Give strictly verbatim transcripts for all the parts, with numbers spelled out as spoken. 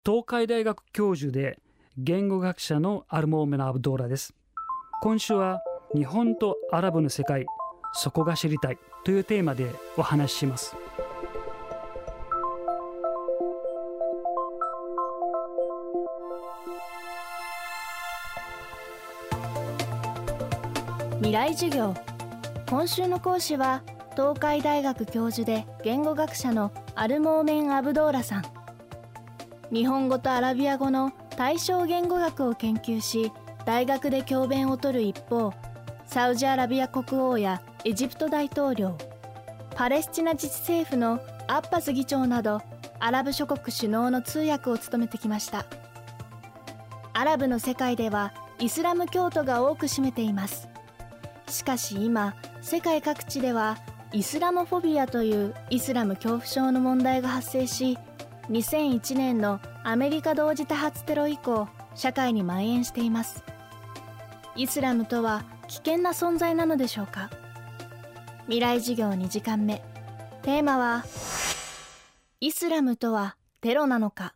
東海大学教授で言語学者のアルモーメン・アブドーラです。今週は日本とアラブの世界、そこが知りたいというテーマでお話しします。 未来授業。今週の講師は東海大学教授で言語学者のアルモーメン・アブドーラさん。日本語とアラビア語の対象言語学を研究し、大学で教鞭を取る一方、サウジアラビア国王やエジプト大統領、パレスチナ自治政府のアッバス議長などアラブ諸国首脳の通訳を務めてきました。アラブの世界ではイスラム教徒が多く占めています。しかし今、世界各地ではイスラモフォビアというイスラム恐怖症の問題が発生し、にせんいちねんのアメリカ同時多発テロ以降、社会に蔓延しています。イスラムとは危険な存在なのでしょうか。未来授業にじかんめ、テーマはイスラムとはテロなのか。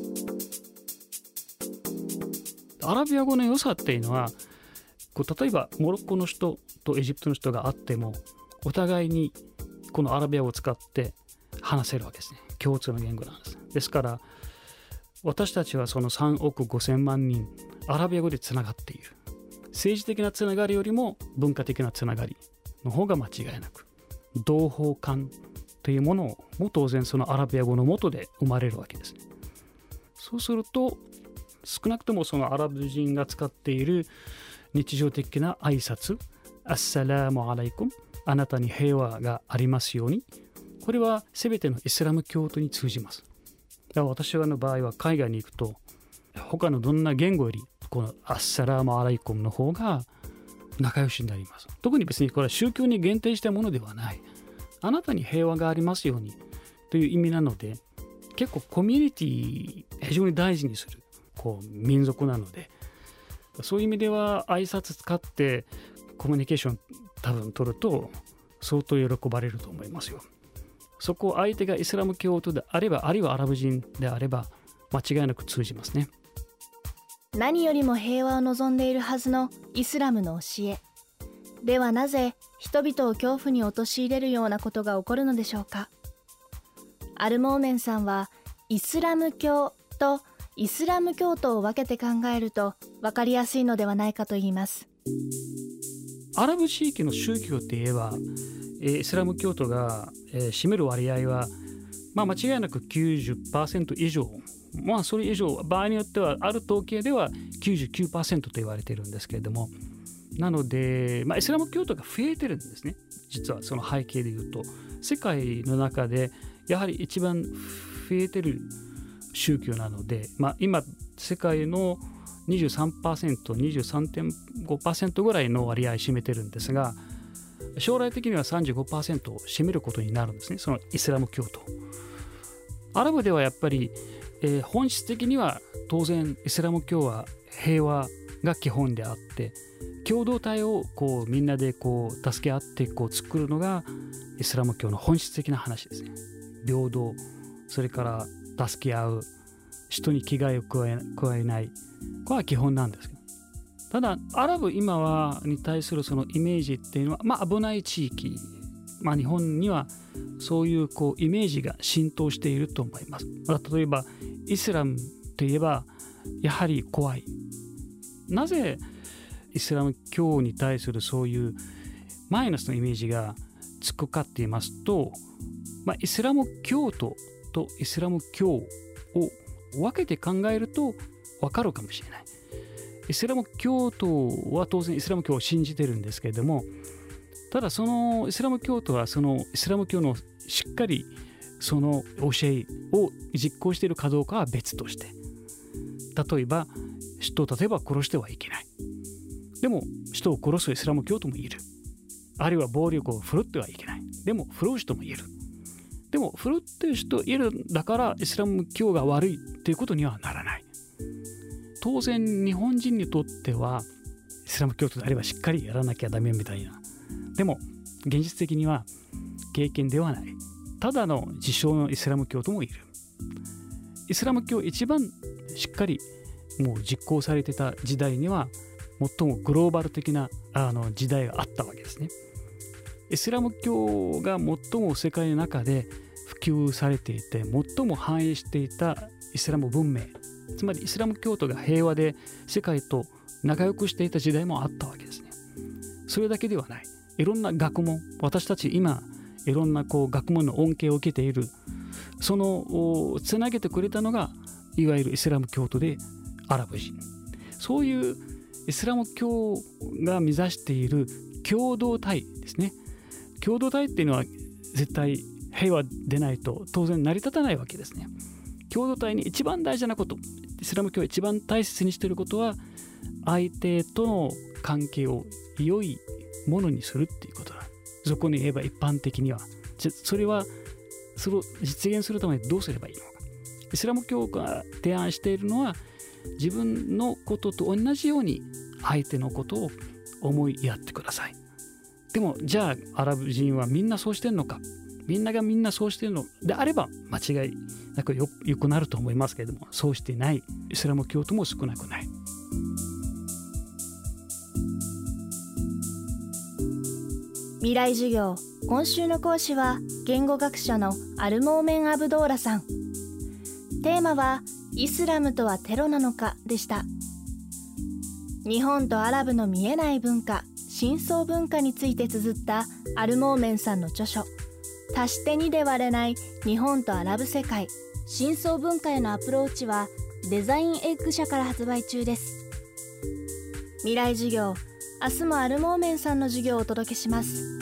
アラビア語の良さっていうのは、こう例えばモロッコの人とエジプトの人があっても、お互いにこのアラビア語を使って話せるわけですね。共通の言語なんです。ですから私たちはそのさんおくごせんまんにんアラビア語でつながっている。政治的なつながりよりも文化的なつながりの方が間違いなく、同胞間というものも当然そのアラビア語の下で生まれるわけですね。そうすると少なくともそのアラブ人が使っている日常的な挨拶、アッサラムアライコム、あなたに平和がありますように、これは全てのイスラム教徒に通じます。だから私の場合は海外に行くと、他のどんな言語よりこのアッサラムアライコムの方が仲良しになります。特に別にこれは宗教に限定したものではない、あなたに平和がありますようにという意味なので、結構コミュニティ非常に大事にするこう民族なので、そういう意味では挨拶使ってコミュニケーション多分取ると相当喜ばれると思いますよ。そこを相手がイスラム教徒であれば、あるいはアラブ人であれば間違いなく通じますね。 何よりも平和を望んでいるはずのイスラムの教えでは、なぜ人々を恐怖に陥れるようなことが起こるのでしょうか。アルモーメンさんはイスラム教とイスラム教徒を分けて考えると分かりやすいのではないかと言います。 アラブ地域の宗教って言えば、イスラム教徒が占める割合は、まあ、間違いなく きゅうじゅっパーセント 以上、まあそれ以上、場合によってはある統計では きゅうじゅうきゅうパーセント と言われているんですけれども、なので、まあ、イスラム教徒が増えてるんですね。実はその背景で言うと、世界の中でやはり一番増えてる宗教なので、まあ、今世界の にじゅうさんパーセント、にじゅうさんてんごパーセント ぐらいの割合占めてるんですが、将来的には さんじゅうごパーセント を占めることになるんですね、そのイスラム教徒。アラブではやっぱり、えー、本質的には当然イスラム教は平和が基本であって、共同体をこうみんなでこう助け合ってこう作るのがイスラム教の本質的な話ですね。平等、それから助け合う、人に危害を加え、加えない、これは基本なんですけど、ただアラブ今はに対するそのイメージっていうのは、まあ、危ない地域、まあ、日本にはそういうこうイメージが浸透していると思います。例えばイスラムといえばやはり怖い。なぜイスラム教に対するそういうマイナスのイメージがつくかって言いますと、まあ、イスラム教徒とイスラム教を分けて考えると分かるかもしれない。イスラム教徒は当然イスラム教を信じてるんですけれども、ただそのイスラム教徒はそのイスラム教のしっかりその教えを実行しているかどうかは別として、例えば人を例えば殺してはいけない、でも人を殺すイスラム教徒もいる。あるいは暴力を振るってはいけない、でも振るう人もいる。でも振るってる人いるんだからイスラム教が悪いということにはならない。当然日本人にとってはイスラム教徒であればしっかりやらなきゃダメみたいな、でも現実的には経験ではない、ただの自称のイスラム教徒もいる。 イスラム教一番しっかりもう実行されてた時代には最もグローバル的なあの時代があったわけですね。イスラム教が最も世界の中で普及されていて最も繁栄していたイスラム文明、つまりイスラム教徒が平和で世界と仲良くしていた時代もあったわけですね。それだけではない、いろんな学問、私たち今いろんなこう学問の恩恵を受けている、そのつなげてくれたのがいわゆるイスラム教徒でアラブ人。そういうイスラム教が目指している共同体ですね。共同体っていうのは絶対平和でないと当然成り立たないわけですね。共同体に一番大事なこと、イスラム教が一番大切にしていることは、相手との関係を良いものにするっていうことだ。そこに言えば一般的には、それはそれを実現するためにどうすればいいのか。イスラム教が提案しているのは、自分のことと同じように相手のことを思いやってください。でもじゃあアラブ人はみんなそうしてんのか、みんながみんなそうしてるのであれば間違いなくよよくなると思いますけれども、そうしてないイスラム教徒も少なくない。 未来授業、今週の講師は言語学者のアルモーメン・アブドーラさん。テーマはイスラムとはテロなのかでした。日本とアラブの見えない文化、深層文化について綴ったアルモーメンさんの著書、足してにで割れない日本とアラブ世界、深層文化へのアプローチはデザインエッグ社から発売中です。未来授業、明日もアルモーメンさんの授業をお届けします。